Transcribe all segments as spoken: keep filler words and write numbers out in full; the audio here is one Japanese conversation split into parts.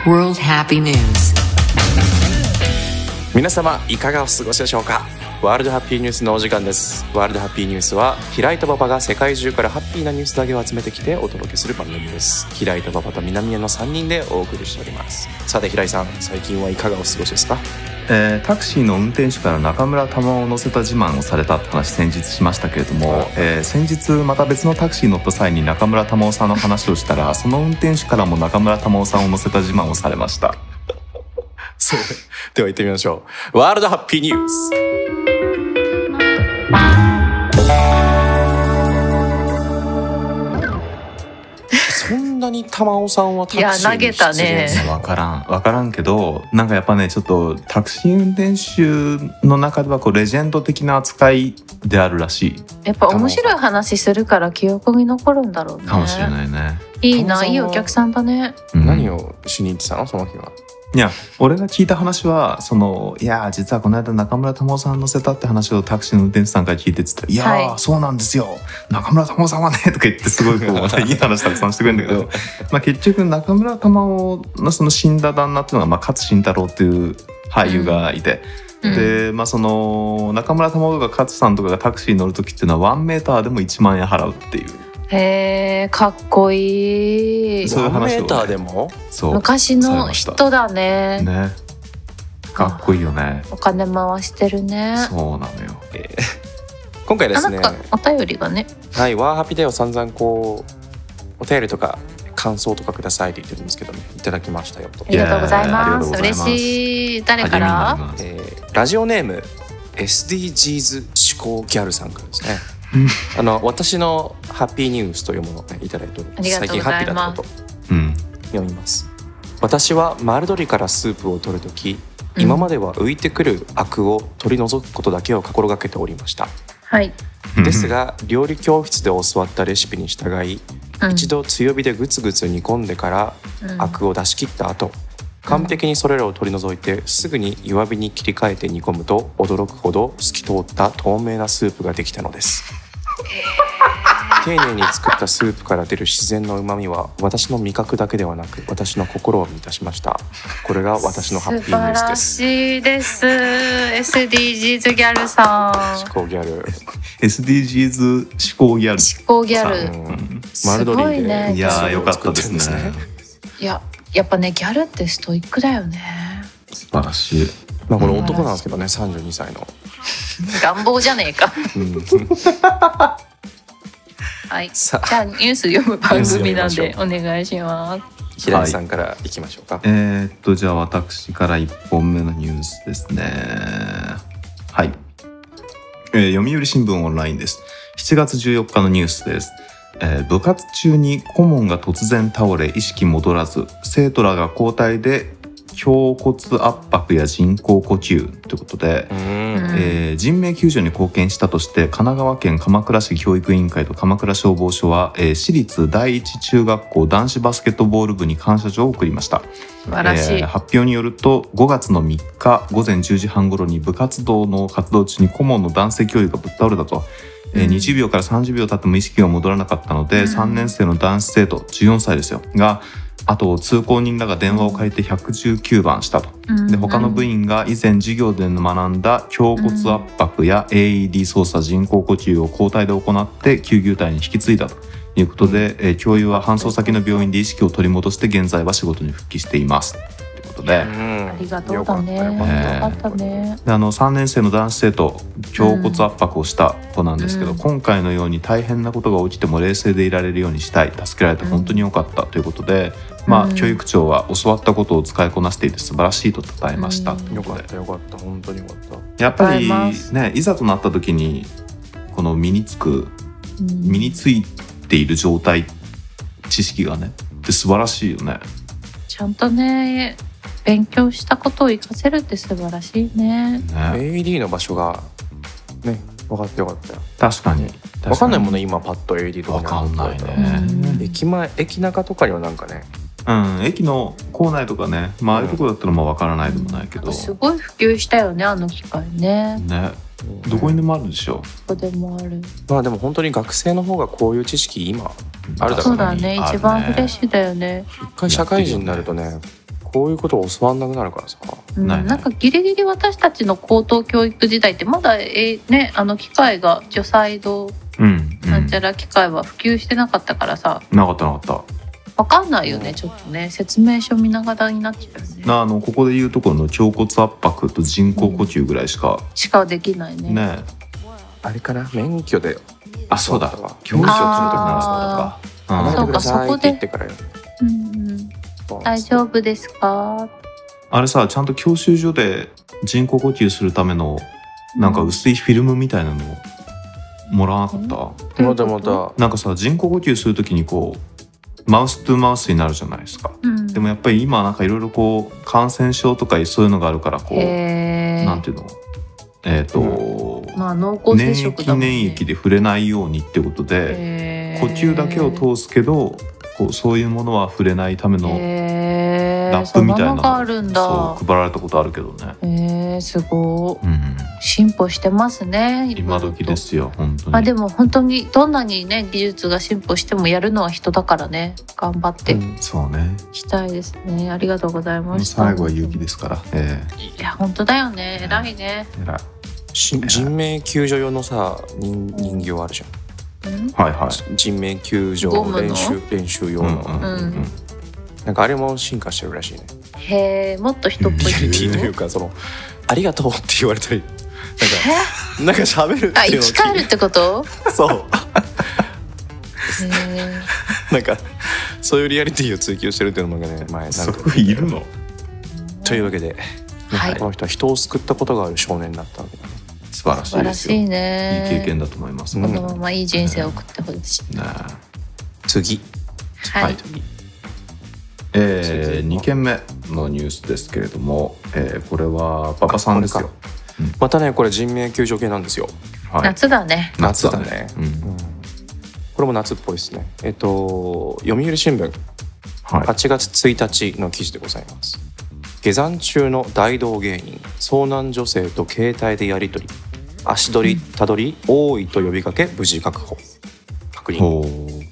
World Happy News。 皆様いかがお過ごしでしょうか。ワールドハッピーニュースのお時間です。ワールドハッピーニュースは平井と馬場が世界中からハッピーなニュースだけを集めてきてお届けする番組です。平井と馬場と南江のさんにんでお送りしております。さて平井さん、最近はいかがお過ごしですか。 えー、タクシーの運転手から中村玉緒を乗せた自慢をされたって話先日しましたけれども、えー、先日また別のタクシーに乗った際に中村玉緒さんの話をしたらその運転手からも中村玉緒さんを乗せた自慢をされました。 そうでは行ってみましょう。ワールドハッピーニュース。そんなに玉緒さんはタクシーに出演するんですか。 分からん分からんけど、なんかやっぱねちょっとタクシー運転手の中ではこうレジェンド的な扱いであるらしい。 やっぱ面白い話するから記憶に残るんだろうね。 かもしれないね。 いいないいお客さんだね、 うん、 何をしに行ってたのその日は。 いや俺が聞いた話はそのいや実はこの間中村玉緒さん乗せたって話をタクシーの運転手さんから聞いてっつって「いやー、はい、そうなんですよ中村玉緒さんはね」とか言ってすごいこうまたいい話たくさんしてくれるんだけどまあ結局中村玉緒のその死んだ旦那っていうのが、まあ、勝新太郎っていう俳優がいて、うん、で、まあ、その中村玉緒が勝さんとかがタクシーに乗る時っていうのはワンメーターでもいちまんえん払うっていう。 へーかっこいい。 そういう話を、ね、 ワンメーターでもそう昔の人だね。 ねかっこいいよね。 お金回してるね。 そうなのよ、 えー、今回ですねなんかお便りがね、 はい、ワーハピでは散々こうお便りとか感想とかくださいって言ってるんですけどね、いただきましたよと。 ありがとうございます。嬉しい。誰から？ えー、ラジオネーム エスディージーズ 思考ギャルさんからですねあの私のハッピーニュースというものを、ね、いただいております。最近ハッピーだったこと、うん、読みます。私は丸鶏からスープを取るとき、うん、今までは浮いてくるアクを取り除くことだけを心がけておりました。 はい。 ですが料理教室で教わったレシピに従い、うん、一度強火でグツグツ煮込んでから、うん、アクを出し切った後、完璧にそれらを取り除いてすぐに弱火に切り替えて煮込むと驚くほど透き通った透明なスープができたのです。丁寧に作ったスープから出る自然の旨味は私の味覚だけではなく私の心を満たしました。これが私のハッピーニュースです。 素晴らしいです エスディージーズ ギャルさん。 思考ギャルエスディージーズ 思考ギャル思考ギャル、 うん、丸鶏で、 ね、 いやーよかったですね。 いややっぱねギャルってストイックだよね。 素晴らしい。 まあこれ男なんですけどね、さんじゅうにさいの願望じゃねえか、うんはい、じゃあニュース読む番組なんでお願いします。 平井さんからいきましょうか。はい、 えー、っとじゃあ私からいっぽんめのニュースですね。はい、えー、読売新聞オンラインです。しちがつじゅうよっかのニュースです。えー、部活中に顧問が突然倒れ意識戻らず生徒らが交代で胸骨圧迫や人工呼吸ということで、えー、人命救助に貢献したとして神奈川県鎌倉市教育委員会と鎌倉消防署は、えー、市立第一中学校男子バスケットボール部に感謝状を送りました。 素晴らしい。 えー、発表によるとごがつのみっかごぜんじゅうじはん頃に部活動の活動中に顧問の男性教諭がぶっ倒れたと。えー、にじゅうびょうからさんじゅうびょう経っても意識が戻らなかったので、うん、さんねん生の男子生徒じゅうよんさいですよがあと通行人らが電話を借りてひゃくじゅうきゅうばんしたと。で他の部員が以前授業で学んだ胸骨圧迫や エーイーディー 操作人工呼吸を交代で行って救急隊に引き継いだということで、えー、教諭は搬送先の病院で意識を取り戻して現在は仕事に復帰していますということで、 うん、ありがとうだね。よかったね。 であのさんねん生の男子生徒胸骨圧迫をした子なんですけど、うん、今回のように大変なことが起きても冷静でいられるようにしたい、助けられて本当に良かったということで、うんまあ、教育長は教わったことを使いこなしていて素晴らしいと称えました、うん、 よかったよかった本当によかった。 やっぱりねいざとなった時にこの身につく、うん、身についている状態知識がねって素晴らしいよね。 ちゃんとね勉強したことを活かせるって素晴らしい ね, ねエーイーディー の場所がね分かってよかったよ。 確かに分かんないもんね今パッと エーイーディー とか分かんないね、 うん、駅前駅中とかにはなんかねうん、駅の構内とかね、まあああいうところだったらまあ分からないでもないけど、 うん、すごい普及したよねあの機械ね。 ね、どこにでもあるでしょ。 どこでもある。 まあでも本当に学生の方がこういう知識今あるだろうね。 そうだね、一番フレッシュだよね。 一回社会人になるとね、 こういうことを教わんなくなるからさ、 うん、 ないないなんかギリギリ私たちの高等教育時代ってまだ、えーね、あの機械が除細動うん、うん、 なんちゃら機械は普及してなかったからさ、 なかったなかったわかんないよね。ちょっとね説明書見ながらになっちゃうよね。 あのここで言うところの胸骨圧迫と人工呼吸ぐらいしか、 しかできないね。 ねあれかな、免許であそうだわ教習所の時なあらそうだったか、うん離れてくださいって言ってからよ。 うんうん、大丈夫ですか？ あれさちゃんと教習所で人工呼吸するためのなんか薄いフィルムみたいなのもらわなかった、 まだまだなんかさ人工呼吸するときにこうマウストゥマウスになるじゃないですか、 うん、 でもやっぱり今なんかいろいろこう感染症とかそういうのがあるからこうへーなんていうのえっ、と、 まあ濃厚接粘液触だもんね。 粘液で触れないようにってことでへー呼吸だけを通すけどこうそういうものは触れないためのへーラップみたいなそんなのがあるんだ。 そう配られたことあるけどね、 えー、すごい、 うん、 進歩してますね。 今時ですよ本当に。 まあでも本当にどんなにね技術が進歩してもやるのは人だからね、頑張ってうんそうねしたいですね。ありがとうございました。 最後は勇気ですから、えいや本当だよね、偉いね。 え偉いし人命救助用のさ人人形あるじゃん。 うんはいはい人命救助ゴムの練習練習用の、 うんうんうんうんなんかあれも進化してるらしいね。 へえ、もっと人っぽいギリギリというかそのありがとうって言われたりなんかなんか喋るってあ、 いうのを生き返るってこと？ そうへなんかそういうリアリティを追求してるっていうのがね前なんかそういるのというわけで、 はいこの人は人を救ったことがある少年だったわけだね。 素晴らー素晴らしいですよしいね。 いい経験だと思います、 うんこのままいい人生を送ってほしい。 ね次、 はい、 はいえー、にけんめのニュースですけれども、えー、これは馬場さんですよ。 またねこれ人命救助系なんですよ。 はい、 夏だね。 夏だね、 うんうんこれも夏っぽいですね。えっと読売新聞はいはちがつついたちの記事でございます。下山中の大道芸人遭難女性と携帯でやり取り足取りたどり多いと呼びかけ無事確保確認。 ほう、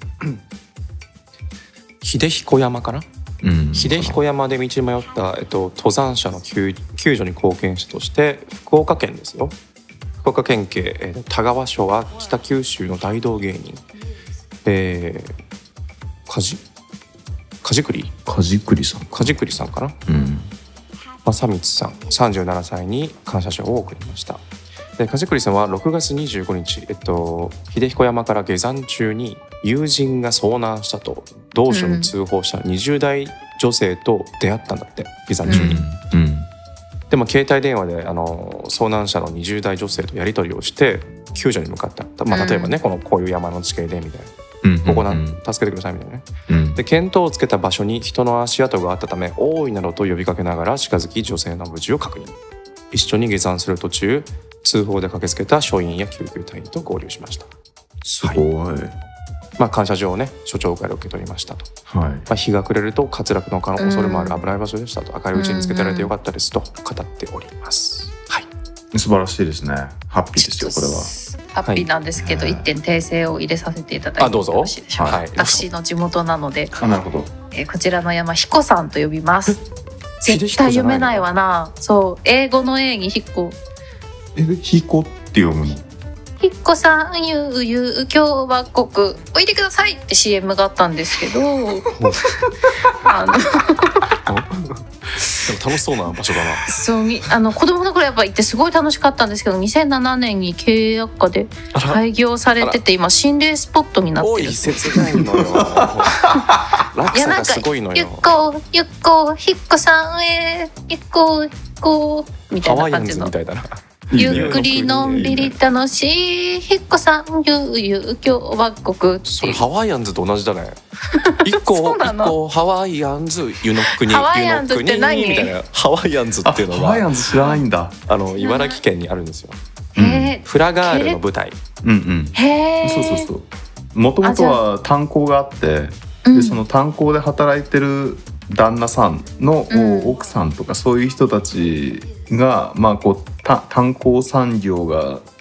秀彦山かな、 うん、 秀彦山で道に迷った、えっと、登山者の救救助に貢献したとして福岡県ですよ。福岡県警、えー田川署は北九州の大道芸人えー、かじかじくり梶栗さんかじくりさんかなうん正光さんさんじゅうななさいに感謝状を送りました。で梶栗さんはろくがつにじゅうごにち、えっと、秀彦山から下山中に友人が遭難したと同署に通報したにじゅう代女性と出会ったんだって下山中に、 うんうんでも携帯電話であの遭難者のにじゅう代女性とやり取りをして救助に向かった、まあ、例えばね、 うんこのこういう山の地形でみたいな、 うんここなうん助けてくださいみたいなね。 うんで見当をつけた場所に人の足跡があったため多いなどと呼びかけながら近づき女性の無事を確認。一緒に下山する途中通報で駆けつけた署員や救急隊員と合流しました。 すごい、 まあ、感謝状をね所長から受け取りましたと、 はいまあ、日が暮れると滑落の可能恐れもある危ない場所でしたと明るいうちにつけてられてよかったですと語っております、はい、 素晴らしいですね。ハッピーですよこれは。 ハッピーなんですけど、 はい一点訂正を入れさせていただいてあどうぞよろしいでしょうか。 はい私の地元なので、 あなるほど。 えーこちらの山彦さんと呼びます。 秀絶彦じゃないの対読めないわな。そう英語の A に彦。 えひこって読むの？ 彦さんゆうゆう共和国おいでくださいって シーエム があったんですけど、あのでも楽しそうな場所だな。 そうみあの子供の頃やっぱ行ってすごい楽しかったんですけど、にせんななねんに経営悪化であら、 廃業されてて今心霊スポットになっおいてる。 切ないのよ落差がすごいのゆっよ。 こゆっこひっこさんへゆっこひっこみたハワイアンいな感じのズみたいだな。 ゆっくりのんびり楽しいひっこさんゆうゆう共和国ってそれいうハワイアンズと同じだね。一そ個うなの一個ハワイアンズ湯の国ハワイアンズって何湯の国みたいなハワイアンズっていうのハワイアがンズ知らないんだ。 あの茨城県にあるんですよ。 へフラガールの舞台。 うんうん。 えへえそうそうそう。もともとは炭鉱があって、 うんでその炭鉱で働いてる旦那さんのうん奥さんとかそういう人たちが、まあこうた炭鉱産業が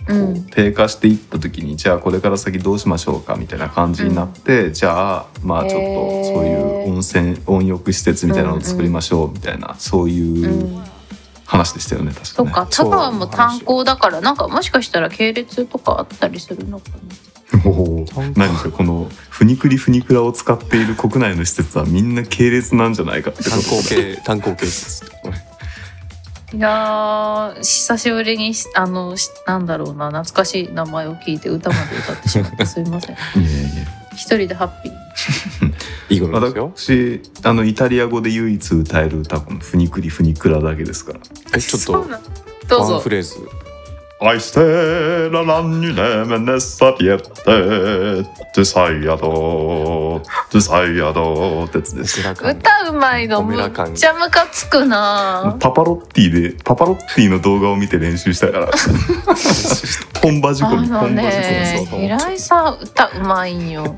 こう、 うん、 低下していった時にじゃあこれから先どうしましょうかみたいな感じになって、うん、じゃあまあちょっとそういう温泉温浴施設みたいなのを作りましょうみたいな、うんうん、そういう話でしたよね確かね。 そうか、田川も炭鉱だからなんかもしかしたら系列とかあったりするのかな。 お何かこのフニクリフニクラを使っている国内の施設はみんな系列なんじゃないかって炭鉱系炭鉱系施設いや久しぶりにあのなんだろうな、懐かしい名前を聞いて歌まで歌ってしまってすいません。いやいや一人でハッピーいいことですよ。 私あのイタリア語で唯一歌える歌このフニクリフニクラだけですから。 えちょっとどうぞワンフレーズ。 愛してららんにねめねさぴえってトゥサイヤドトゥサイヤドってやつです。 歌うまいのむっちゃムカつくな。 パパロッティでパパロッティの動画を見て練習したから本場仕込み。 あのね平井さん歌うまいんよ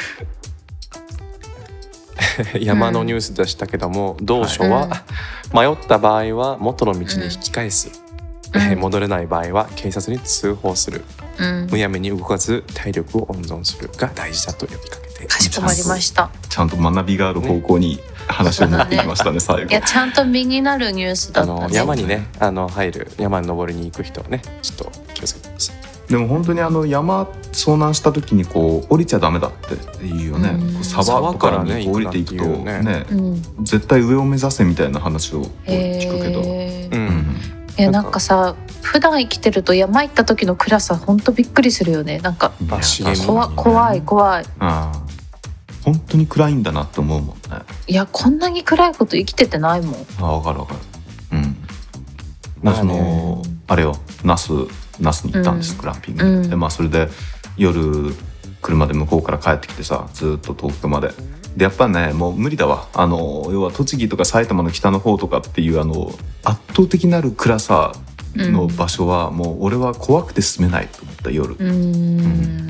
山のニュースでしたけども、同書は、うん、迷った場合は元の道に引き返す、うん、戻れない場合は警察に通報する、うん、むやみに動かず体力を温存するが大事だと呼びかけて、 かしこまりました。 ちゃんと学びがある方向に話を持ってきましたね最後。 いやちゃんと身になるニュースだったね。 あの山にねあの入る山に登りに行く人はねちょっと気をつけてください。 でも本当にあの山遭難した時にこう降りちゃダメだっていいよね、うん、沢とかに降りていくとね、ね、うん、絶対上を目指せみたいな話を聞くけど、うん、 いやなんかさ普段生きてると山行った時の暗さほんとびっくりするよね。なんか怖, 怖い怖い、あ本当に暗いんだなって思うもんね。 いやこんなに暗いこと生きててないもん。 あ分かる分かる。うんまあそのあれよ那須那須に行ったんです、うん、グランピング、うん、でまあそれで夜車で向こうから帰ってきてさずっと東京まででやっぱねもう無理だわ。あの要は栃木とか埼玉の北の方とかっていうあの圧倒的なる暗さの場所は、うん、もう俺は怖くて進めないと思った夜。うーん、うん、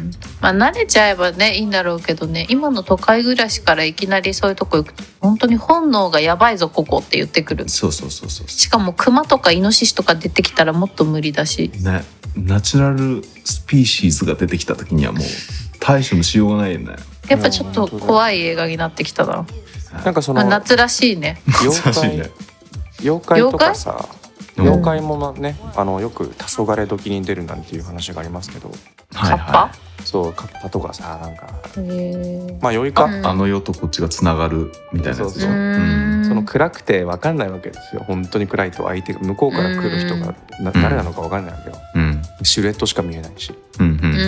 まあ慣れちゃえばねいいんだろうけどね、今の都会暮らしからいきなりそういうとこ行くと本当に本能がやばいぞここって言ってくる。 そうそうそうそう。 しかもクマとかイノシシとか出てきたらもっと無理だしね。ナチュラルスピーシーズが出てきた時にはもう対処のしようがないよね。 やっぱちょっと怖い映画になってきたな。 なんかその、 まあ、夏らしいね。 妖怪、ね、妖怪とかさ妖怪もね、あのよく黄昏時に出るなんていう話がありますけど、 カッパ？ そうカッパとかさなんかまあよいか、 あの世とこっちがつながるみたいなやつ。 そうそう、うん、その暗くて分かんないわけですよ。本当に暗いと相手が向こうから来る人がな誰なのか分かんないわけよ、うん、シルエットしか見えないし、うんうん、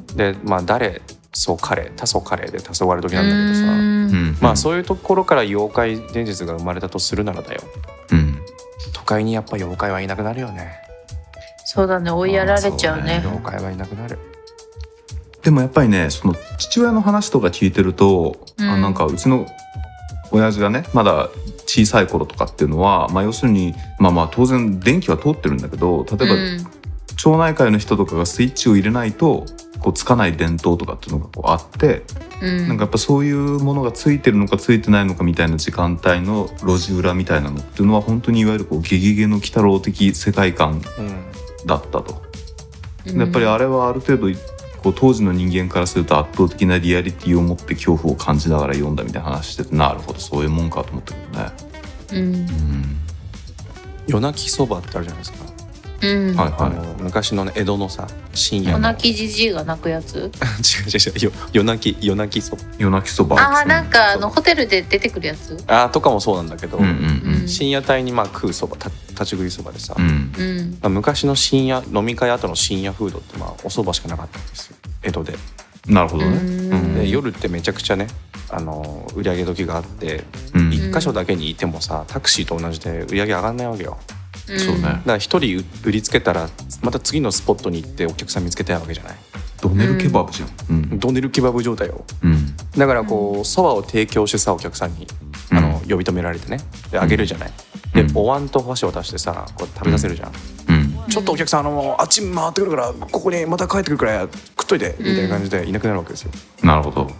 でまあ誰そう彼多祖彼で黄昏時なんだけどさ、うん、まあそういうところから妖怪伝説が生まれたとするならだよ、うん、都会にやっぱ妖怪はいなくなるよね。 そうだね追いやられちゃう ね, うね妖怪はいなくなる。 でもやっぱりねその父親の話とか聞いてると、うん、あなんかうちの親父がねまだ小さい頃とかっていうのは、まあ、要するにまあまあ当然電気は通ってるんだけど例えば、うん、町内会の人とかがスイッチを入れないとこうつかない電灯とかっていうのがこうあって、うん、なんかやっぱそういうものがついてるのかついてないのかみたいな時間帯の路地裏みたいなのっていうのは本当にいわゆるこうゲゲゲの鬼太郎的世界観だったと、うん、やっぱりあれはある程度こう当時の人間からすると圧倒的なリアリティを持って恐怖を感じながら読んだみたいな話してて、なるほどそういうもんかと思ったけどね、うんうん、 夜泣きそばってあるじゃないですか、 うんはいはい、あの昔の、ね、江戸のさ深夜の夜泣きじじいが泣くやつ違う違う違う夜泣き夜泣きそば夜泣きそばああなんかあのホテルで出てくるやつあとかもそうなんだけど、うんうんうん、 深夜帯にまあ食うそば立ち食いそばでさ、 うんまあ、昔の深夜飲み会後の深夜フードってまあおそばしかなかったんですよ江戸で。 なるほどね、 うん、で夜ってめちゃくちゃねあの売り上げ時があって、うん、一箇所だけにいてもさタクシーと同じで売り上げ上がんないわけよ。 うん、そうね。だから一人売りつけたらまた次のスポットに行ってお客さん見つけたいわけじゃない。 ドネルケバブじゃん、うん、 ドネルケバブ状態よ、うん、だからこうそばを提供してさお客さんにあの、うん、呼び止められてねであげるじゃない、うん、でお椀と箸を出してさこう食べさせるじゃん、うんうん、ちょっとお客さんあのあっち回ってくるからここにまた帰ってくるから食っといてみたいな感じでいなくなるわけですよ、 うん、なるほど。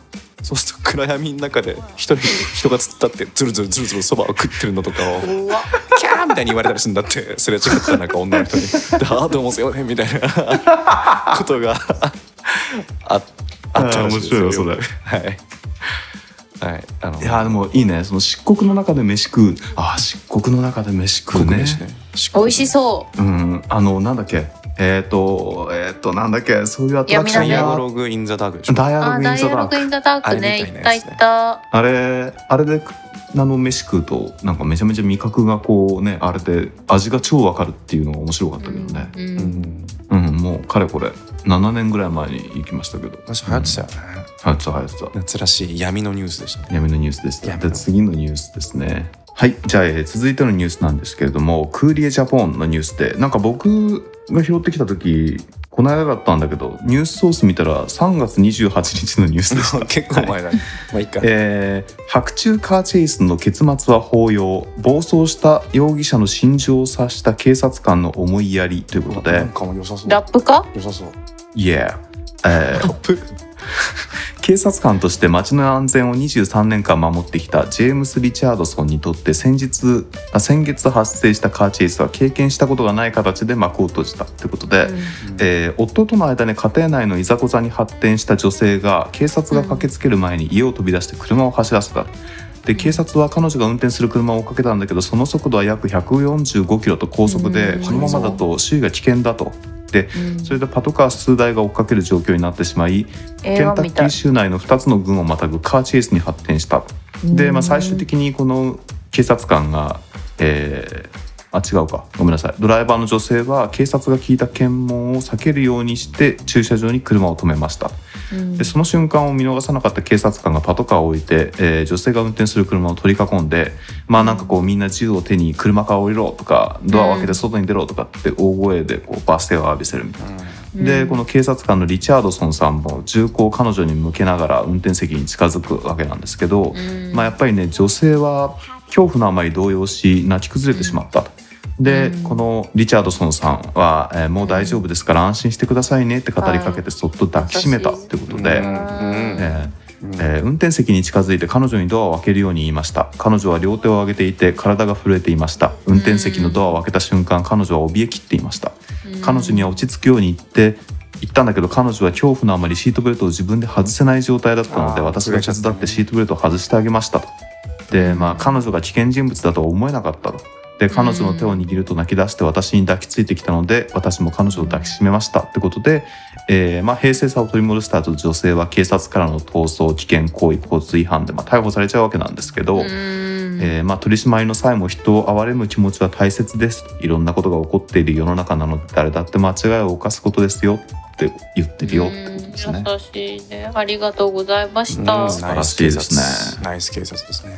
そうすると暗闇の中で一人人が突っ立ってズルズルズルズルそばを食ってるのとかをキャーみたいに言われたりするんだって、すれ違ったなんか女の人に「ああどうもすいません」みたいなことがああったらしいですよ。 面白いよそれ。 はいはい、あのいやでもいいね、その漆黒の中で飯食う。ああ漆黒の中で飯食うね。 美味しそう。 うんあのなんだっけえっ、ー、とえっ、ー、となんだっけそういうアトラクションダイアログインザダークでしょ。 ダイアログインザダーク。 ダイアログインザダークね、行った行った。 あれあれであの飯食うとなんかめちゃめちゃ味覚がこうねあれで味が超わかるっていうのが面白かったけどね。うん、うんうん、もうかれこれななねんぐらい前に行きましたけど。 私流行ってたよね。 流行ってた流行ってた。 夏らしい闇のニュースでしたね。 闇のニュースでした。で次のニュースですね。はい、じゃあ、えー、続いてのニュースなんですけれども、クーリエジャポンのニュースで、なんか僕が拾ってきた時この間だったんだけど、ニュースソース見たらさんがつにじゅうはちにちのニュースでした。 結構前だね、はい、まあいいか。 えー、白昼カーチェイスの結末は法要、暴走した容疑者の心情を察した警察官の思いやりということで、 なんかも良さそう。 ラップか？ 良さそう。 Yeah、えー、ラップ警察官として街の安全をにじゅうさんねんかん守ってきたジェームス・リチャードソンにとって先日先月発生したカーチェイスは経験したことがない形で幕を閉じたということで、うんえー、夫との間に家庭内のいざこざに発展した女性が警察が駆けつける前に家を飛び出して車を走らせた。で警察は彼女が運転する車を追っかけたんだけど、その速度は約ひゃくよんじゅうごキロと高速で、このままだと周囲が危険だと。でそれでパトカー数台が追っかける状況になってしまい、ケンタッキー州内のふたつの郡をまたぐカーチェイスに発展した。で、まあ、最終的にこの警察官が、えー、あ違うかごめんなさいドライバーの女性は警察が聞いた検問を避けるようにして駐車場に車を止めました。でその瞬間を見逃さなかった警察官がパトカーを置いて、えー、女性が運転する車を取り囲んで、まあなんかこうみんな銃を手に車から降りろとかドアを開けて外に出ろとかって大声でこう罵声を浴びせるみたいな、うん、でこの警察官のリチャードソンさんも銃口を彼女に向けながら運転席に近づくわけなんですけど、うん、まあやっぱりね女性は恐怖のあまり動揺し泣き崩れてしまったと。で、うん、このリチャードソンさんは、えー、もう大丈夫ですから安心してくださいねって語りかけてそっと抱きしめたってことで、えーえー、運転席に近づいて彼女にドアを開けるように言いました。彼女は両手を上げていて体が震えていました。運転席のドアを開けた瞬間彼女は怯えきっていました。彼女には落ち着くように言って言ったんだけど、彼女は恐怖のあまりシートベルトを自分で外せない状態だったので、私が手伝ってシートベルトを外してあげましたと。で、まあ、彼女が危険人物だとは思えなかったと。で彼女の手を握ると泣き出して私に抱きついてきたので、私も彼女を抱きしめましたってことで、えーまあ、平静さを取り戻した後、女性は警察からの逃走、危険行為、交通違反で、まあ、逮捕されちゃうわけなんですけど、えーまあ、取り締まりの際も人を憐れむ気持ちは大切です。いろんなことが起こっている世の中なので誰だって間違いを犯すことですよって言ってるよってことですね。 優しいね。ありがとうございました。 素晴らしいですね。 ナイス警察ですね。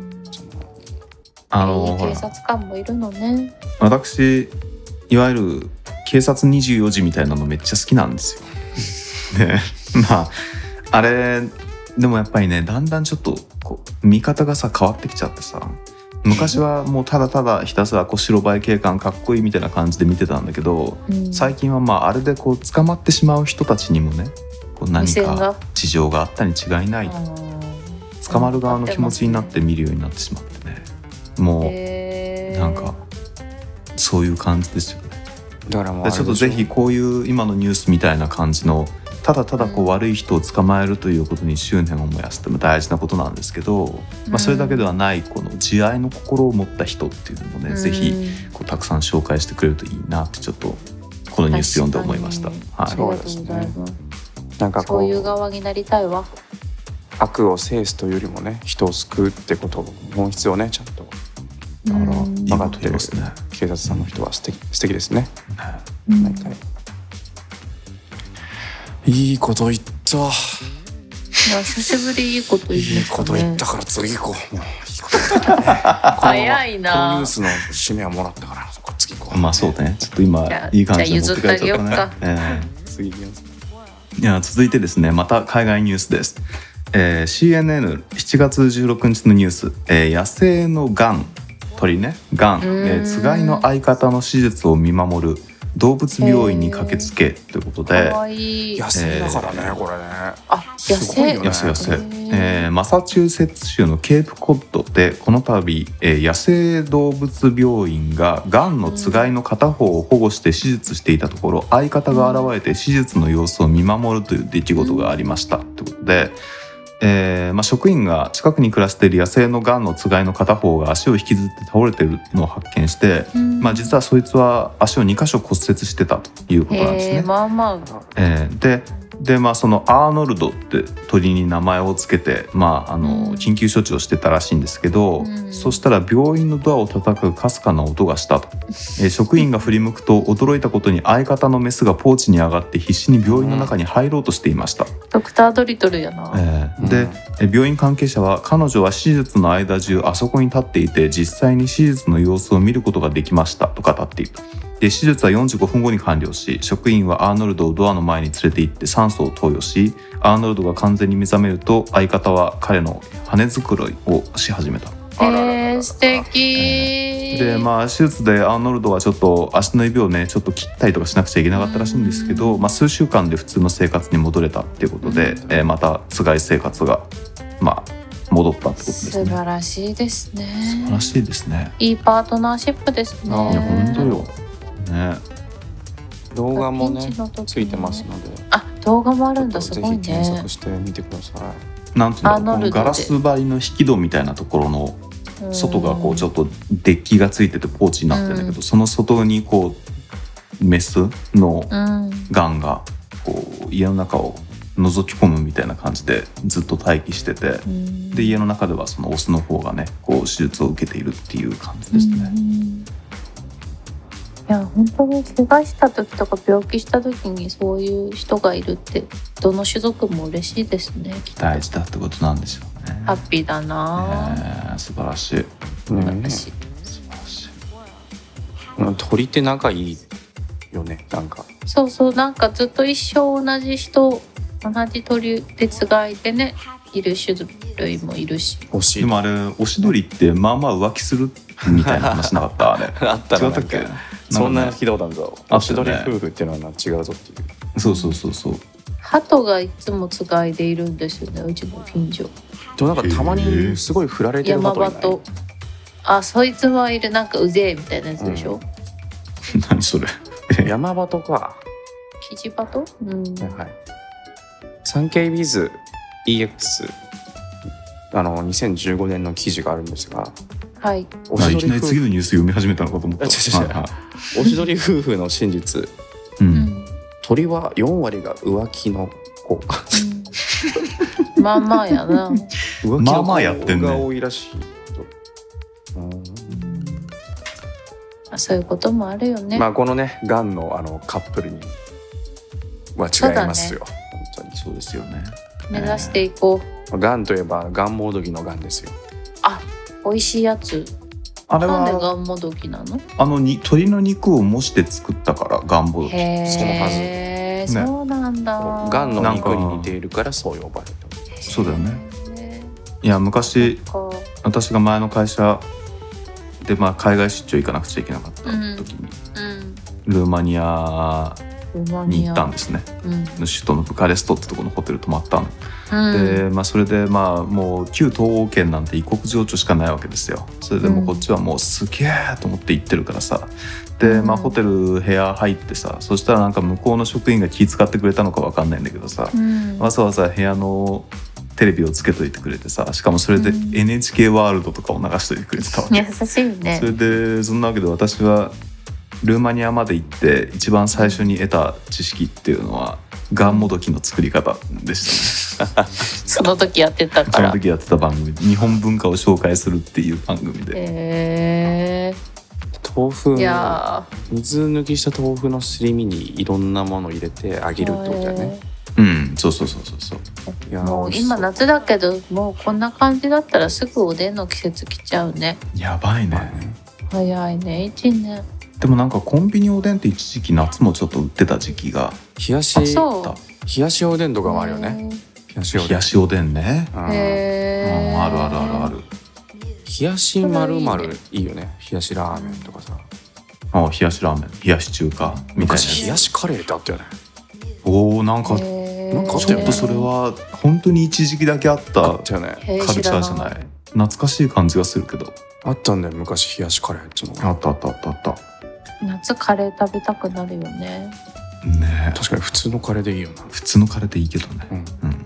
あの警察官もいるのね。 私いわゆる警察にじゅうよじみたいなのめっちゃ好きなんですよ。でまああれでもやっぱりねだんだんちょっとこう見方がさ変わってきちゃってさ、昔はもうただただひたすらこう白バイ警官かっこいいみたいな感じで見てたんだけど、うん、最近はまああれでこう捕まってしまう人たちにもねこう何か事情があったに違いない、捕まる側の気持ちになって見るようになってしまってね、もうなんかそういう感じですよね。だからもうちょっとぜひこういう今のニュースみたいな感じのただただこう悪い人を捕まえるということに執念を燃やすっても大事なことなんですけど、まあ、それだけではないこの慈愛の心を持った人っていうのもね、ぜひこうたくさん紹介してくれるといいなってちょっとこのニュース読んで思いました。はい、 そうですね。なんかこうそういう側になりたいわ。 悪を制すというよりもね、人を救うってこと本質をねちゃんとだから分かってるですね。警察さんの人は素敵素敵ですね。うん、毎回いいこと言った。いや久しぶりいいこと言った、ね。いいこと言ったから次行こう。もういいこと言ったね。 早いな。 このニュースの締めはもらったからそこ次行こう。 まあそうね。ちょっと今いい感じで持って帰っちゃったね。 えー、次行きます。いや続いてですね、また海外ニュースです。えー、シーエヌエヌしちがつじゅうろくにちのニュース、えー、野生のガン鳥ねガン、えー、つがいの相方の手術を見守る動物病院に駆けつけということで、 かわいい。 野生だからね、えー、これね。 あ、野生。 野生野生。えー、マサチューセッツ州のケープコッドでこの度、えー、野生動物病院ががんのつがいの片方を保護して手術していたところ、相方が現れて手術の様子を見守るという出来事がありましたということで、えーまあ、職員が近くに暮らしている野生のがんのつがいの片方が足を引きずって倒れているのを発見して、まあ、実はそいつは足をにかしょ骨折してたということなんですね。 えー、まあまあ、 えー、でで、まあ、そのアーノルドって鳥に名前をつけて、まあ、あの緊急処置をしてたらしいんですけど、うん、そしたら病院のドアを叩くかすかな音がしたと、えー、職員が振り向くと驚いたことに相方のメスがポーチに上がって必死に病院の中に入ろうとしていました、うん、 ドクタードリトルやな、 えー、で、うん、病院関係者は彼女は手術の間中あそこに立っていて実際に手術の様子を見ることができましたと語っている。で手術はよんじゅうごふんごに完了し、職員はアーノルドをドアの前に連れて行って酸素を投与し、アーノルドが完全に目覚めると相方は彼の羽繕いをし始めた。 えー、素敵、 えー、でまあ手術でアーノルドはちょっと足の指をねちょっと切ったりとかしなくちゃいけなかったらしいんですけど、まあ、数週間で普通の生活に戻れたっていうことで、えー、またつがい生活がまあ戻ったってことですね。 素晴らしいですね。 素晴らしいですね。 いいパートナーシップですね。 いや本当よ。ね、 動画もねついてますので、 あ、動画もあるんだ。すごいね。 ぜひ検索してみてください。なんていうんだろう、ガラス張りの引き戸みたいなところの外がこうちょっとデッキがついててポーチになってるんだけど、うん、その外にこうメスのガンがこう家の中を覗き込むみたいな感じでずっと待機してて、うん、で家の中ではそのオスの方がねこう手術を受けているっていう感じですね。うん、 いや本当に怪我した時とか病気した時にそういう人がいるってどの種族も嬉しいですね。 大事だってことなんでしょうね。 ハッピーだな、 えー、素晴らしい、ね、 素晴らしい、 素晴らしい。 鳥って仲いいよね。なんかそうそう、なんかずっと一生同じ人同じ鳥でつがいでねいる種類もいるし。 でもあれオシドリってまあまあ浮気するみたいな話なかったあれあったら違ったっけ。 そんなひどいなんだぞ。オシドリ夫婦っていうのは違うぞっていう。 そうそうそうそう。 鳩がいつもつがいでいるんですよね、うちの近所。 でもなんかたまにすごい振られてる鳩いない。 山鳩。あ、そいつはいる。なんかうぜえみたいなやつでしょ、 うん、何それ山鳩かキジバト、うん、 はい。サンケイビズ イーエックス あのにせんじゅうごねんの記事があるんですが、 はい、 おしどりいきなり次のニュース読み始めたのかと思った。おしどり夫婦の真実、 うん、 鳥はよんわりが浮気の子、 うん、まあまあやな浮気の子が多いらしい、まあまあやってんね。 うん、そういうこともあるよね。 まあこのねガンのあのカップルには違いますよ。 本当にそうですよね。 目指していこう。ガンといえばガンモドキのガンですよ。 あ、美味しいやつ。 あれはなんでガンモドキなの？ あのに鶏の肉を模して作ったからガンモドキ。 へそのはず。 ね、そうなんだ。 ガンの肉に似ているからそう呼ばれた。 そうだよね。いや昔私が前の会社でまあ海外出張行かなくちゃいけなかった時に、うんうん、ルーマニアに行ったんですね、うん、首都のブカレストってところのホテル泊まったの、うん、で、まあ、それでまあもう旧東欧圏なんて異国情緒しかないわけですよ。それでもうこっちはもうすげえと思って行ってるからさ、で、まあ、ホテル部屋入ってさ、そしたらなんか向こうの職員が気遣ってくれたのか分かんないんだけどさ、うん、わざわざ部屋のテレビをつけといてくれてさ、しかもそれで エヌエイチケー ワールドとかを流しといてくれてたわけ、 うん、優しいね。 それでそんなわけで私はルーマニアまで行って一番最初に得た知識っていうのはガンモドキの作り方でしたねその時やってたから。 その時やってた番組で日本文化を紹介するっていう番組で、 へー、豆腐、いや水抜きした豆腐のすり身にいろんなものを入れて揚げるってことだよね。 うん、そうそうそうそうそう。 いやもう今夏だけどもうこんな感じだったらすぐおでんの季節来ちゃうね。 やばいね。 早いね、いちねん。 でもなんかコンビニおでんって一時期夏もちょっと売ってた時期が冷やし、冷やしおでんとかもあるよね。 冷やしおでん、冷やしおでんね。 へー、あるあるあるある。 冷やしまるまるいいよね。冷やしラーメンとかさ。 あ冷やしラーメン、冷やし中華みたいな昔冷やしカレーってあったよね。 おお、なんかなんかあったよねちょっとそれは本当に一時期だけあったあったよね。 カルチャーじゃない。懐かしい感じがするけど。 あったんだよ昔冷やしカレーっていうのが。 あったあったあったあった。 夏カレー食べたくなるよね。 ね、 確かに普通のカレーでいいよな。 普通のカレーでいいけどね。 うん。 うん。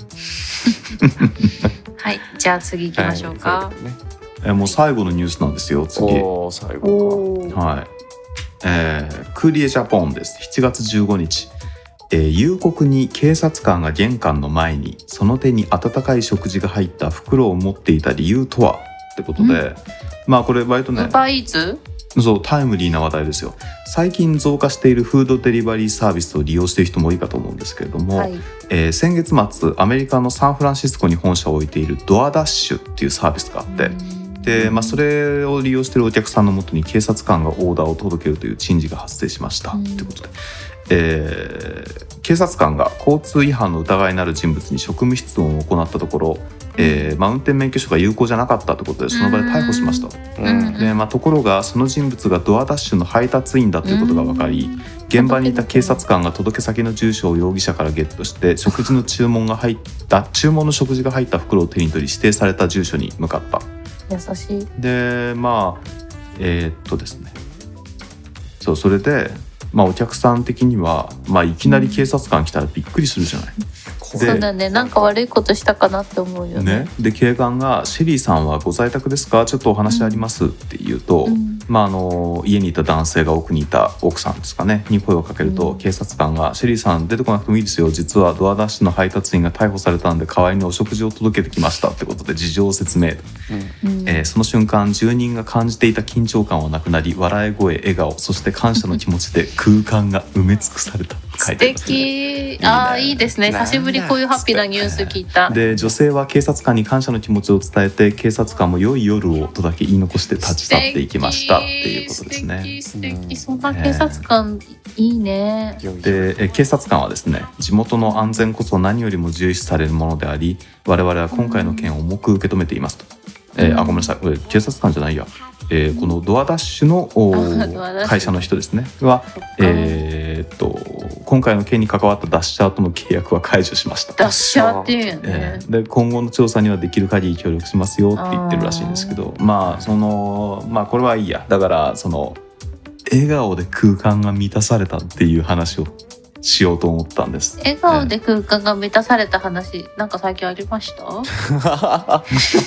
はい、じゃあ次行きましょうか。 はい、そうだね、 えもう最後のニュースなんですよ。次。 おー最後か。 はい。えー、クーリエジャポンです。しちがつじゅうごにち、えー、夕刻に警察官が玄関の前にその手に温かい食事が入った袋を持っていた理由とはってことで、まあこれ割とね、 ウーバーイーツ？ そうタイムリーな話題ですよ。最近増加しているフードデリバリーサービスを利用している人も多いかと思うんですけれども、 はい、 えー、先月末アメリカのサンフランシスコに本社を置いているドアダッシュっていうサービスがあって、で、まあ、それを利用しているお客さんのもとに警察官がオーダーを届けるという珍事が発生しましたということで、えー、警察官が交通違反の疑いのある人物に職務質問を行ったところ、えーまあ、運転免許証が有効じゃなかったということでその場で逮捕しましたと。 うんで、まあ、ところがその人物がドアダッシュの配達員だということが分かり、現場にいた警察官が届け先の住所を容疑者からゲットして食事の注文が入った注文の食事が入った袋を手に取り指定された住所に向かった。 優しい。 でまあえー、っとですねそうそれで、まあ、お客さん的には、まあ、いきなり警察官来たらびっくりするじゃない。 そうだね、なんか悪いことしたかなって思うよね。 ねで警官が「シェリーさんはご在宅ですか？ちょっとお話あります」って言うと、 うんまあ、あの家にいた男性が奥にいた奥さんですかねに声をかけると、 うん、 警察官が「シェリーさん出てこなくてもいいですよ、実はドアダッシュの配達員が逮捕されたんで代わりにお食事を届けてきました」ってことで事情を説明、 うんえー、その瞬間住人が感じていた緊張感はなくなり笑い声笑顔そして感謝の気持ちで空間が埋め尽くされた。 素敵。ああ、いいですね。久しぶりこういうハッピーなニュース聞いた。 で女性は警察官に感謝の気持ちを伝えて警察官も良い夜をとだけ言い残して立ち去っていきましたっていうことですね。 素敵素敵、そんな警察官、えー、いいね。 で警察官はですね地元の安全こそ何よりも重視されるものであり我々は今回の件を重く受け止めていますと、うんえー、あごめんなさいこれ警察官じゃないや、えー、このドアダッシュの会社の人ですねは、えー、っと今回の件に関わったダッシャーとの契約は解除しました。 ダッシャーっていうよね、 えー、で今後の調査にはできる限り協力しますよって言ってるらしいんですけど、まあそのまあこれはいいや。だからその笑顔で空間が満たされたっていう話をしようと思ったんです。 笑顔で空間が満たされた話、えー、なんか最近ありました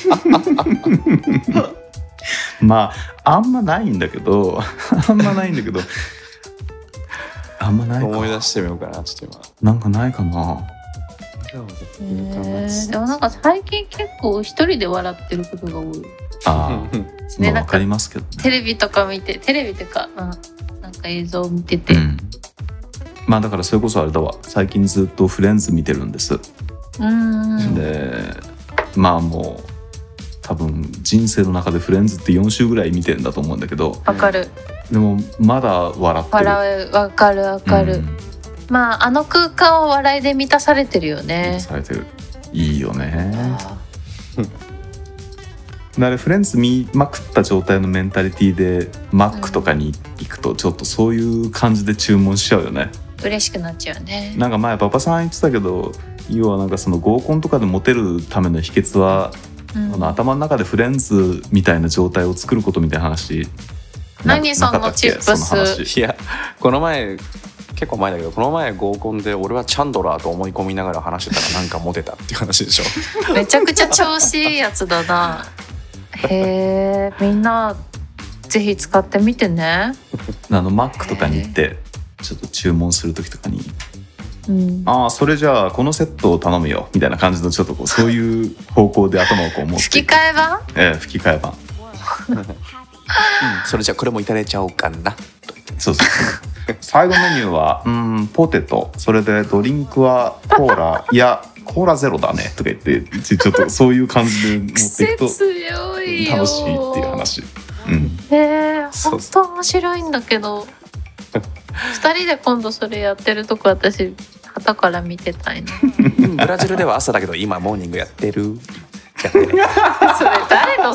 まああんまないんだけどあんまないんだけどあんまないか。 思い出してみようかなちょっと今なんかないかな。 えー、でもなんか最近結構一人で笑ってることが多い。 ああ、ね、まあ、分かりますけど、ね、 テレビとか見てテレビとか、うん、なんか映像を見てて、うん、 まあだからそれこそあれだわ最近ずっとフレンズ見てるんです。うーんでまあもう多分人生の中でフレンズってよん週ぐらい見てんだと思うんだけどわかる。 でもまだ笑ってる。 笑うわかるわかる、うん、まああの空間は笑いで満たされてるよね。 満たされてる。いいよね。あれフレンズ見まくった状態のメンタリティでマックとかに行くとちょっとそういう感じで注文しちゃうよね。 嬉しくなっちゃうね。 なんか前パパさん言ってたけど要はなんかその合コンとかでモテるための秘訣は、うん、あの頭の中でフレンズみたいな状態を作ることみたいな話。 何そのチップス。 いやこの前結構前だけどこの前合コンで俺はチャンドラーと思い込みながら話してたらなんかモテたっていう話でしょ。 めちゃくちゃ調子いいやつだな。へえ、みんなぜひ使ってみてね。 あのマックとかに行ってちょっと注文する時とかに、 うん、 ああそれじゃあこのセットを頼むよみたいな感じのちょっとこうそういう方向で頭をこう持って吹き替え版、 ええ、吹き替え版うん、それじゃあこれもいただいちゃおうかな。 そうそうサイドメニューはうんポテトそれでドリンクはコーラいやコーラゼロだねとか言ってちょっとそういう感じで持っていくと楽しいっていう話。うん、 えー、本当面白いんだけどふたりで今度それやってるとこ私旗から見てたいな。 ブラジルでは朝だけど今モーニングやってるやって、ね、 それ誰の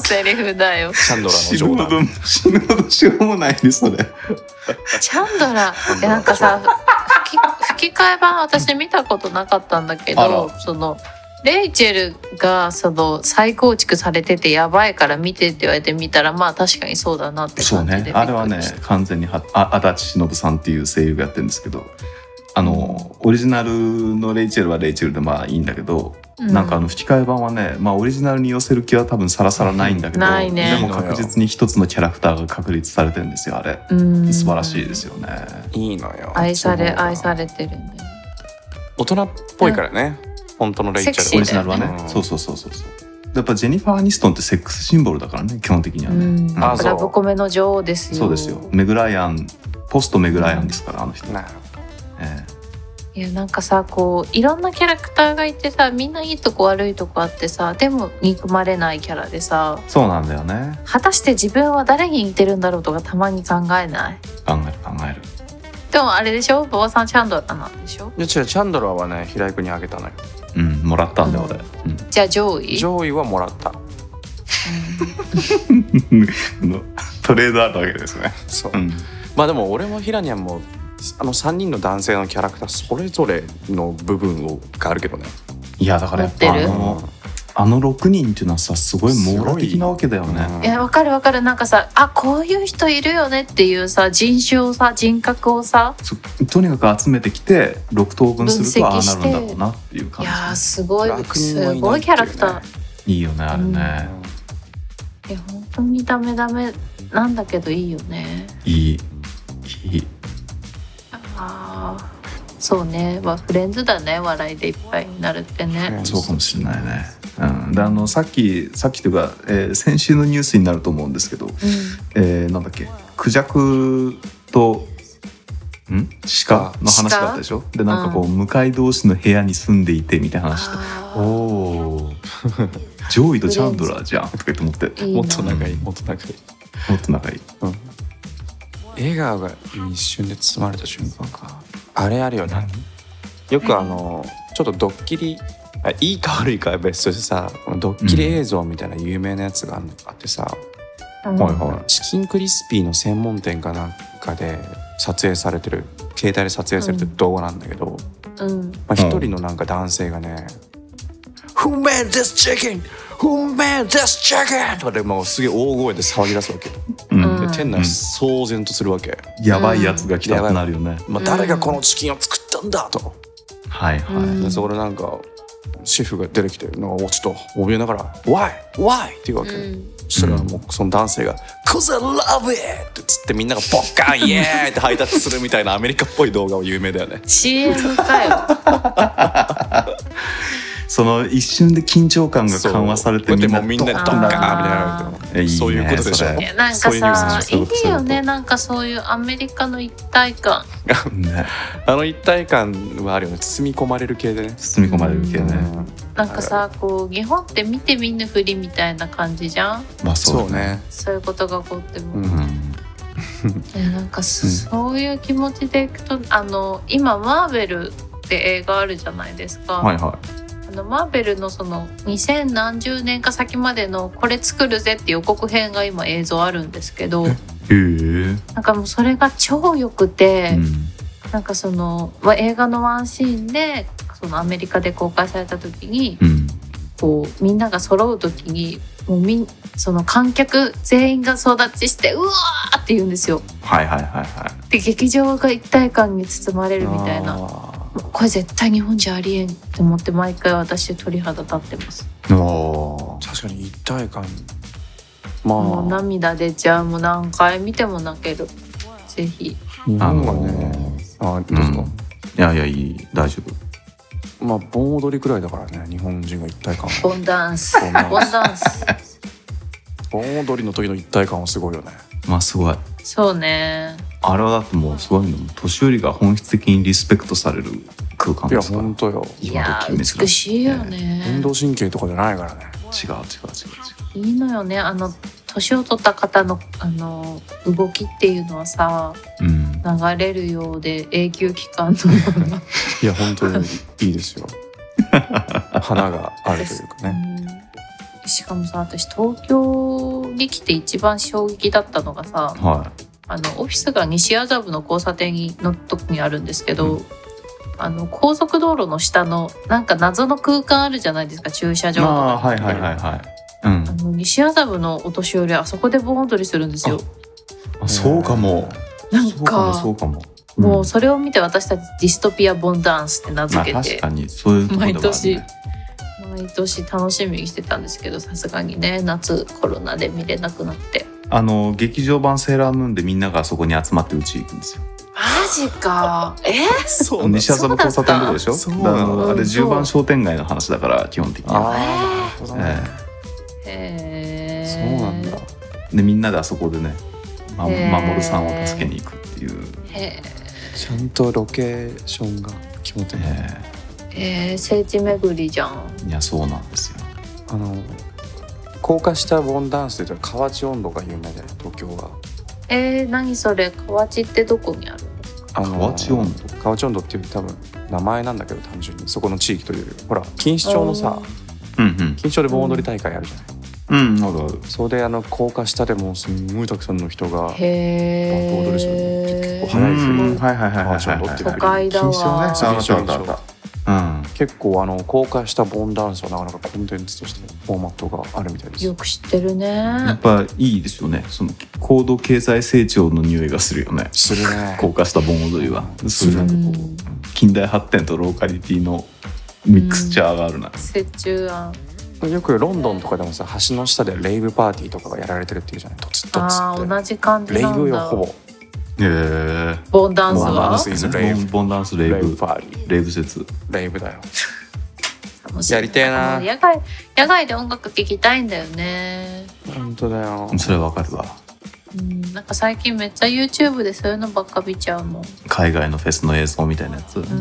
セリフだよ。 チャンドラーの死ぬ冗談。 ほど死ぬほどしょうもないねそれ。 チャンドラー、えなんかさ吹き、吹き替え版私見たことなかったんだけど、そのレイチェルがその再構築されててやばいから見てって言われて見たら、まあ確かにそうだなってそう感じでびっくりした。 ね、あれはね完全にはあ足立忍さんっていう声優がやってるんですけど、あのオリジナルのレイチェルはレイチェルでまあいいんだけど、うん、なんかあの吹き替え版はね、まあ、オリジナルに寄せる気は多分さらさらないんだけど、 ないね、 でも確実に一つのキャラクターが確立されてるんですよあれ。素晴らしいですよね。 いいのよ。 愛され愛されてるね。 大人っぽいからね、うん、本当のレイチェル、 オリジナルはね、うん、そうそうそうそうそう。やっぱジェニファー・アニストンってセックスシンボルだからね基本的にはね、うんうん、 ラブコメの女王ですよ。 そうですよ。メグライアンポストメグライアンですから、うん、あの人。なるほど、 えー、いやなんかさこういろんなキャラクターがいてさ、みんないいとこ悪いとこあってさ、でも憎まれないキャラでさ。 そうなんだよね。 果たして自分は誰に似てるんだろうとかたまに考えない？ 考える考える。 でもあれでしょ、馬場さんチャンドラーなんでしょ。 いや違う、チャンドラーはね平井君にあげたのよ。 うん、もらったんだよ、俺、うん、 じゃあ上位上位はもらった、うん、 トレードあるわけですね。 そう、うん、まあでも俺もヒラニャンもあのさんにんの男性のキャラクターそれぞれの部分をがあるけどね。 いやだからやっぱあのあのろくにんっていうのはさすごい網羅的なわけだよね。 いやわかるわかる。なんかさ、あこういう人いるよねっていうさ人種をさ人格をさとにかく集めてきてろく等分するとああなるんだろうなっていう感じ。 いやすごいすごいキャラクターいいよねあれね、 うん、いや本当にダメダメなんだけどいいよね。 いいいい。 ああそうね、まあ、フレンズだね、笑いでいっぱいになるってね。 そうかもしれないね、うん、であのさっきさっきというか、えー、先週のニュースになると思うんですけど、うん、えー、なんだっけクジャクとん鹿の話だったでしょ。でなんかこう、うん、向かい同士の部屋に住んでいてみたいな話で、おおジョイとチャンドラーじゃんとか言って思ってもっと長いもっと長いもっと長い、うん、 笑顔が一瞬で包まれた瞬間か。あれあるよね、よくあのちょっとドッキリ、あいいか悪いかは別としてさ、ドッキリ映像みたいな有名なやつがあってさ、うんはいはい、チキンクリスピーの専門店かなんかで撮影されてる携帯で撮影されてる動画なんだけど、うんまあ、一人のなんか男性がね、うん、Who made this chicken? Who made this chicken? とかでもうすげえ大声で騒ぎ出すわけ、うん、で店内騒然とするわけ、 うん、やばいやつが来たってなるよね、 まあ、誰がこのチキンを作ったんだと、うん、 はいはい、 でそこでなんかシェフが出てきてなんかちょっと怯えながら Why? Why? って言うわけ、うん、そしたらもうその男性が Cause I love it! ってつってみんながポッカンイエーイってハイタッチするみたいなアメリカっぽい動画も有名だよね。 シーエム かよその一瞬で緊張感が緩和されてみんなみんなでドッカーンみたいな、そういうことでしょ。 いやなんかさいいよね、なんかそういうアメリカの一体感ね、あの一体感はあるよね、包み込まれる系でね、 包み込まれる系ね、 なんかさこう日本って見て見ぬふりみたいな感じじゃん。 まあそうね、 そういうことが起こっても、うん、いやなんかそういう気持ちでいくと、あの今マーベルって映画あるじゃないですか。 はいはい。 あのマーベルのそのにせん何十年か先までのこれ作るぜって予告編が今映像あるんですけど、へえ。 なんかもうそれが超良くて、うん、なんかその映画のワンシーンでそのアメリカで公開された時に、うん、こうみんなが揃う時にもうみんその観客全員が総立ちしてうわーって言うんですよ。 はいはいはいはい。 で劇場が一体感に包まれるみたいな。これ絶対日本じゃありえんって思って毎回私鳥肌立ってます。 お確かに一体感、 まあもう涙出ちゃう。もう何回見ても泣ける。ぜひ日本がね、あどうですか、うん、いやいやいい大丈夫。まあ盆踊りくらいだからね、日本人が一体感。 盆ダンス盆ダンス盆踊りの時の一体感はすごいよね。 まあすごい。 そうね。 あれはだってもうすごいの、年寄りが本質的にリスペクトされる空間ですから。 いや本当よ。 いや美しいよね。 運動神経とかじゃないからね。 違う違う違う違う。いいのよね、あの年を取った方のあの動きっていうのはさ、うん、流れるようで永久期間のいや本当にいいですよ花があるというかね、 しかもさ、私東京に来て一番衝撃だったのがさ、 はい、 あのオフィスが西麻布の交差点のとこにあるんですけど、うん、あの高速道路の下のなんか謎の空間あるじゃないですか、駐車場とか。 あ、はいはいはいはい、うん、 あの西麻布のお年寄りあそこで盆踊りするんですよ。 あ、そうかも。 なんかそうかもそうかも、 うん、もうそれを見て私たちディストピアボンダンスって名付けて、まあ、 確かにそういうところではあるね。毎年毎年楽しみにしてたんですけど、さすがにね夏コロナで見れなくなって、 あの劇場版セーラームーンでみんながそこに集まってうち行くんですよ。 マジか。えそう西麻布交差点のとこでしょ。そうだからあれじゅうばん商店街の話だから基本的には。 へえ、 そうなんだ。 でみんなであそこでね、ま、守さんを助けに行くっていう。 へちゃんとロケーションが決まってる。 えー、聖地巡りじゃん。 いやそうなんですよ。 あの高架下ボンダンスで言ったら河内音頭が有名で東京は。 えー、何それ、河内ってどこにあるの？ あの河内音頭河内音頭っていう多分名前なんだけど、単純にそこの地域というよりほら錦糸町のさ、うんうん、錦糸町で盆踊り大会あるじゃない。うん、あるある。それであの高架下でもうすんごいたくさんの人がバンと踊りする結構早い振り、はいはいはいはい、 都会だわ。 錦糸町ね、錦糸町うん、結構あの公開したボンダンスはなかなかコンテンツとしてフォーマットがあるみたいです。 よく知ってるね。 やっぱいいですよね。その高度経済成長の匂いがするよね。 するね。 高架した盆踊りは。する。近代発展とローカリティのミックスチャーがあるな。 折衷案。 よくロンドンとかでもさ、橋の下でレイブパーティーとかがやられてるっていうじゃない。とつとつって。 ああ、同じ感じなんだ。 レイブよほぼ。 へえ。 ボンダンスは？ ボンダンス、ボンダンスレイブ、レイブパーティー、レイブ説、 レイブだよ。やりたいな。 野外野外で音楽聴きたいんだよね。 本当だよ。 それわかるわ。 うん、なんか最近めっちゃ YouTube でそういうのばっか見ちゃうの。 海外のフェスの映像みたいなやつ。うん、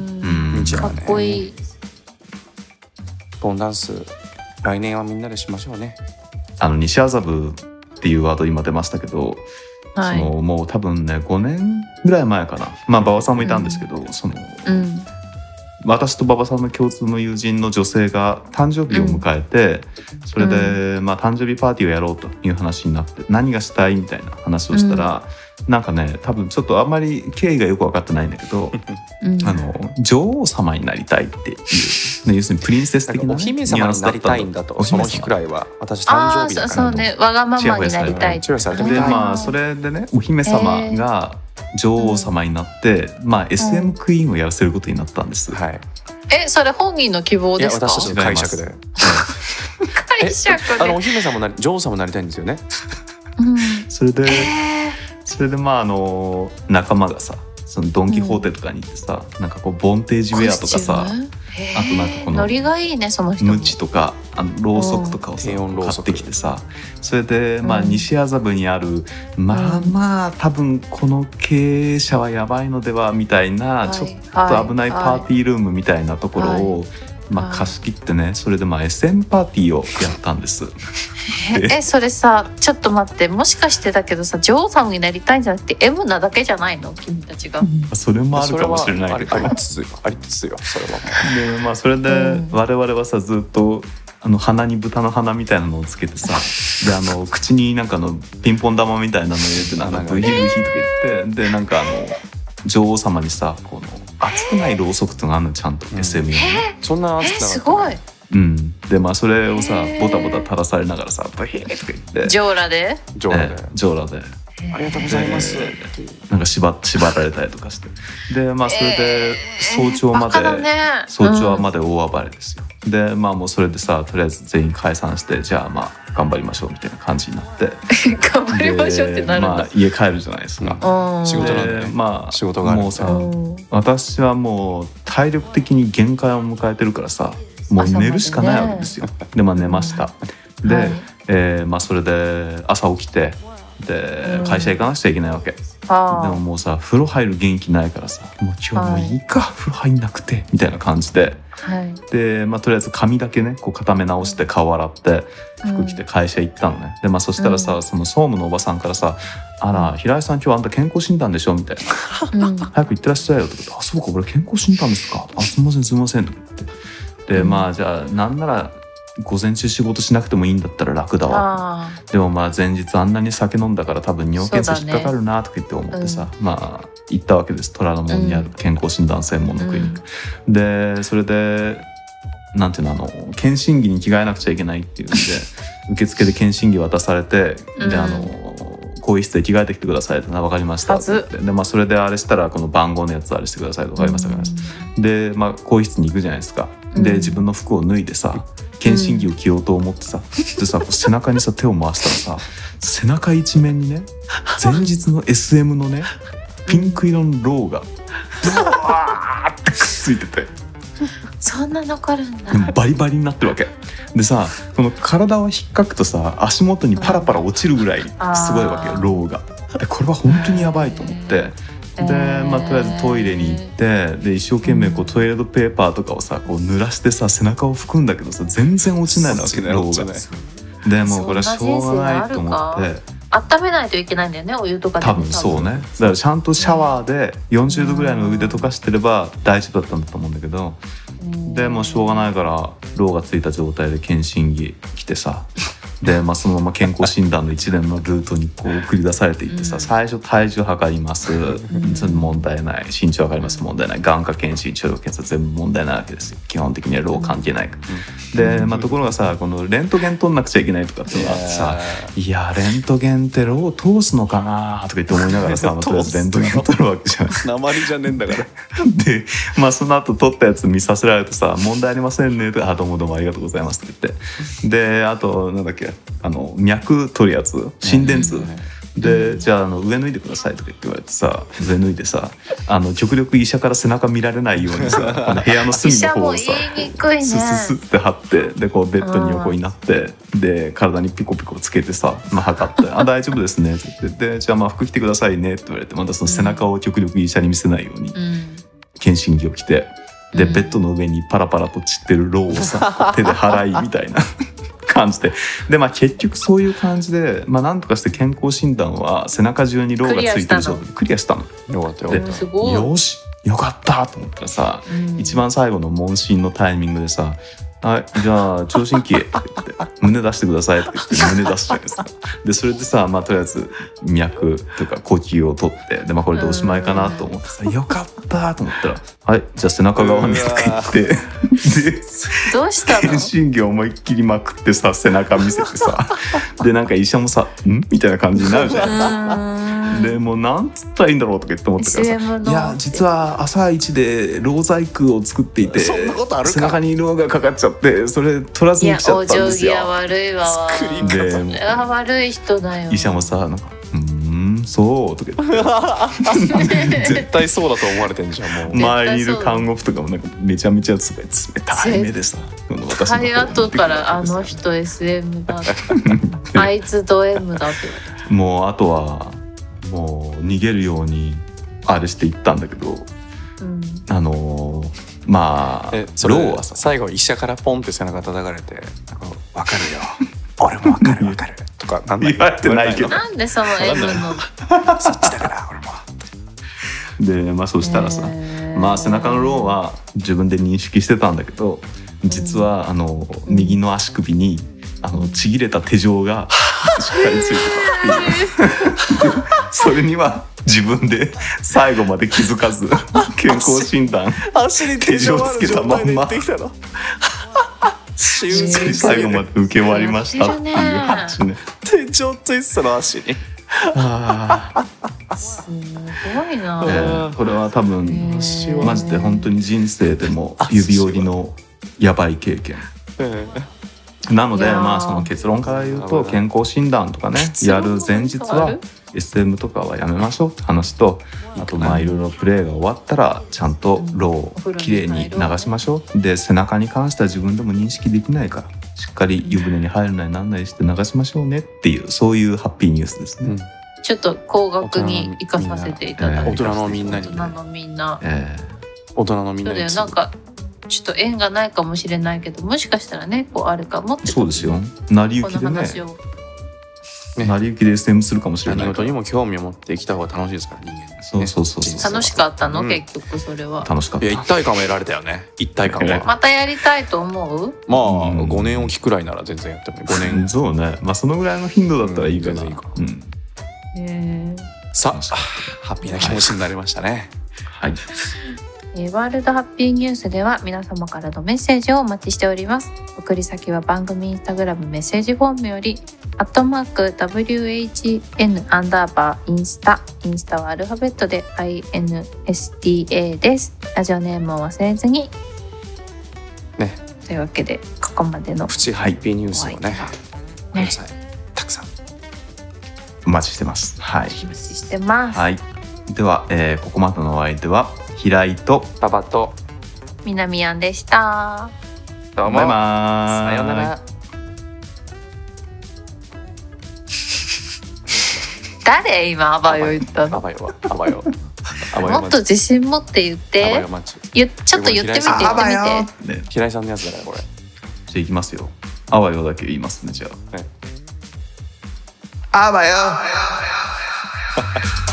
うん、かっこいい。 ボンダンス来年はみんなでしましょうね。 あの西麻布っていうワード今出ましたけど。 はい、 そのもう多分ねごねんぐらい前かな、まあ馬場さんもいたんですけど、うん、その、うん、私と馬場さんの共通の友人の女性が誕生日を迎えて、うん、それで、うんまあ、誕生日パーティーをやろうという話になって何がしたいみたいな話をしたら、うん、なんかね多分ちょっとあんまり経緯がよく分かってないんだけど、うん、あの女王様になりたいっていう、ね、要するにプリンセス的な、ね、 お姫様になりたいんだと。その日くらいは私誕生日だから。 あそうね、わがままになりたい。 でまあそれでねお姫様が女王様になって、うんまあ、エスエム クイーンをやらせることになったんです、うんはい、 えそれ本人の希望ですか？ いや私たちの解釈で解釈であのお姫様なり女王様になりたいんですよね、 うん、 それで、えー、それでまああの仲間がさそのドン・キホーテとかに行ってさ、うん、なんかこうボンテージウェアとかさ、あとなんかこのノリがいいねその人。 ムチとかあのろうそくとかをさ買ってきてさ、それでまあ西麻布にある、うん、まあまあ多分この経営者はやばいのではみたいな、ちょっと危ないパーティールームみたいなところを、はいまあ、貸し切ってね、それでまあ エスエム パーティーをやったんですえ, えそれさちょっと待って、もしかしてだけどさ女王様になりたいんじゃなくて M なだけじゃないの君たちが、うん、 それもあるかもしれないけどありつつよありつつよそれはで、まあ、それで我々はさずっとあの鼻に豚の鼻みたいなのをつけてさであの口になんかのピンポン玉みたいなの入れてなんかブヒブヒとか言ってでなんかあの女王様にさこの熱くないろうそくってのがあるのちゃんと、うん、エスエム 用にそんな熱くなかった、 すごい、 うん、でまあそれをさボタボタ垂らされながらさブヒーとか言ってジョーラでジョーラで、 えジョーラでありがとうございますなんか 縛, 縛られたりとかしてでまあそれで早朝まで、えーね、 早朝まで大暴れですよ、うん、でまあもうそれでさとりあえず全員解散してじゃあまあ頑張りましょうみたいな感じになって頑張りましょうってなるんだ、 まあ、家帰るじゃないですか、 うん、仕事なんで、ね、 まあ仕事があるもうさ、うん、私はもう体力的に限界を迎えてるからさもう寝るしかないわけですよ、ね、でまあ寝ました、うん、で、はいえーまあ、それで朝起きてで会社行かなくちゃいけないわけ、うん、でももうさ風呂入る元気ないからさもう今日もいいか、はい、風呂入んなくてみたいな感じで、はい、で、まあ、とりあえず髪だけねこう固め直して顔洗って服着て会社行ったのね、うん、で、まあ、そしたらさ、うん、その総務のおばさんからさあら平井さん今日あんた健康診断でしょみたいな、うん、早く行ってらっしゃいよとか言ってあそうか俺健康診断ですかあすみませんすみませんとか言ってで、うん、まあじゃあなんなら午前中仕事しなくてもいいんだったら楽だわ。でもまあ前日あんなに酒飲んだから多分尿検査引っかかるなとか言って思ってさ、ね、うん、まあ行ったわけです。虎ノ門にある健康診断専門のクリニック、うん、でそれでなんていうの、あの検診着に着替えなくちゃいけないっていうんで受付で検診着渡されて、うん、であの更衣室で着替えてきてくださいって分かりましたって言ってで、まあ、それであれしたらこの番号のやつあれしてくださいと分かりました、うん、で、まあ、更衣室に行くじゃないですか。で自分の服を脱いでさ検診着を着ようと思ってさ、うん、でさ背中にさ手を回したらさ背中一面にね前日の エスエム のねピンク色のローがブワーってくっついててそんな残るんだ。 バリバリになってるわけでさ、この体を引っかくとさ足元にパラパラ落ちるぐらいすごいわけよ、ローが。でこれは本当にやばいと思って、で、まあ、とりあえずトイレに行ってで一生懸命こうトイレットペーパーとかをさこう濡らしてさ背中を拭くんだけどさ全然落ちないわけ、ローが。でもうこれはしょうがないと思って温めないといけないんだよね、お湯とかでも。 多分そうね。だからちゃんとシャワーでよんじゅうどぐらいのお湯で溶かしてれば大丈夫だったんだと思うんだけど、でもうしょうがないからローがついた状態で検診着着てさで、まあ、そのまま健康診断の一連のルートにこう送り出されていってさ、うん、最初体重測ります、うん、問題ない、身長測ります問題ない、眼科検診聴力検査全部問題ないわけですよ。基本的にはロー関係ないから、うん、で、まあ、ところがさこのレントゲン取んなくちゃいけないとかってのがあってさ、いやレントゲンってロー通すのかなとか言って思いながらさとりあえずレントゲン取るわけじゃん鉛じゃねえんだからで、まあ、その後取ったやつ見させられるとさ問題ありませんねって、あどうもどうもありがとうございますって言って、であとなんだっけあの脈取るやつ心電図、でじゃあ、あの上脱いでくださいとか言われてさ上脱いでさあの極力医者から背中見られないようにさあの部屋の隅の方をさスススって貼ってでこうベッドに横になってで体にピコピコつけてさ、まあ、測って「あ大丈夫ですね」って言ってでじゃあまあ服着てくださいねって言われてまたその背中を極力医者に見せないように検診着を着てでベッドの上にパラパラと散ってるローをさ手で払いみたいな感じで、でまあ結局そういう感じで、まあなんとかして健康診断は背中中にローがついてる状態でクリアしたの。 よかったよ。 で、よしよかったと思ったらさ、うん、一番最後の問診のタイミングでさ、はいじゃあ聴診器って言って胸出してくださいって言って胸出すじゃないですか。でそれでさ、まあとりあえず脈とか呼吸を取ってでまあこれでおしまいかなと思ってさ、よかったと思ったら、はいじゃあ背中側にとか言ってでどうしたの？ 検診器を思いっきりまくってさ背中見せてさでなんか医者もさんみたいな感じになるじゃん。でもうなんつったらいいんだろうとか言って思ったからさ、いや実は朝一でロー細工を作っていてそんなことあるか、 背中にローがかかっちゃってそれ取らずに来ちゃったんですよ。 いやお行儀は悪いわ。 作り方それは悪い人だよ。 医者もさなんかうーんそうとか言って絶対そうだと思われてんじゃん。もう周りにいる看護婦とかもなんかめちゃめちゃ冷たい目でさ、 私の後からあの人 エスエム だってあいつド M だって言われて、 もうあとはもう逃げるようにあれしていったんだけど、うん、あのー、まあえそれローはさ最後医者からポンって背中叩かれて「分かるよ俺も分かる分かる」とかなん言われてないけど、 なんでその M のそっちだから俺もでまあそしたらさ、まあ背中のローは自分で認識してたんだけど実はあの右の足首にあのちぎれた手錠がしっかりついてたっていうそれには自分で最後まで気づかず健康診断手錠つけたまんま最後まで受け終わりましたっていう話ね。 手錠ついてたの足にあすごいな、 えー、これは多分マジで本当に人生でも指折りのやばい経験なので、まあその結論から言うと健康診断とかねやる前日は エスエム とかはやめましょうって話と、あとまあいろいろプレーが終わったらちゃんとローをきれいに流しましょう。で背中に関しては自分でも認識できないからしっかり湯船に入るなりなんなりして流しましょうねっていう、そういうハッピーニュースですね、うん、 ちょっと高額に生かさせていただいて、 大人のみんなに、 大人のみんな、 えー、大人のみんなにそうだよ、なんかちょっと縁がないかもしれないけどもしかしたらねこうあるかもってそうですよ、成り行きでねね、成り行きで エスエム するかもしれない何事にも興味を持って生きた方が楽しいですから人間、ね、 そうそうそうそう。 楽しかったの、 うん、 結局それは楽しかった。 いや一体感も得られたよね。一体感はまたやりたいと思う？ まあごねんおきくらいなら全然やってもいい。ごねんそうね、まあそのぐらいの頻度だったらいいかな、うん、 全然いいか、 うん、 へさあハッピーな気持ちになりましたね。 はい、 えー、ワールドハッピーニュースでは皆様からのメッセージをお待ちしております。送り先は番組インスタグラムメッセージフォームよりアットマーク ダブリューエイチエヌ アンダーバーインスタインスタはアルファベットで アイエヌエスティーエー です。ラジオネームを忘れずにね。 というわけでここまでのプチハッピーニュースをねねたくさんお待ちしてます。はい、 お待ちしてます。 はい、では、えー、ここまでのお相手は平井とパパと南やんでした。 どうもバイバーイ。 さようなら。 誰今アバヨ言ったの？ アバヨはアバヨもっと自信持って言ってアバヨマッチゆちょっと言ってみて言ってみて、 ね、 平井さんのやつだからこれ。 じゃあいきますよ。あわよだけ言いますね。じゃあ、 ね、 あわよ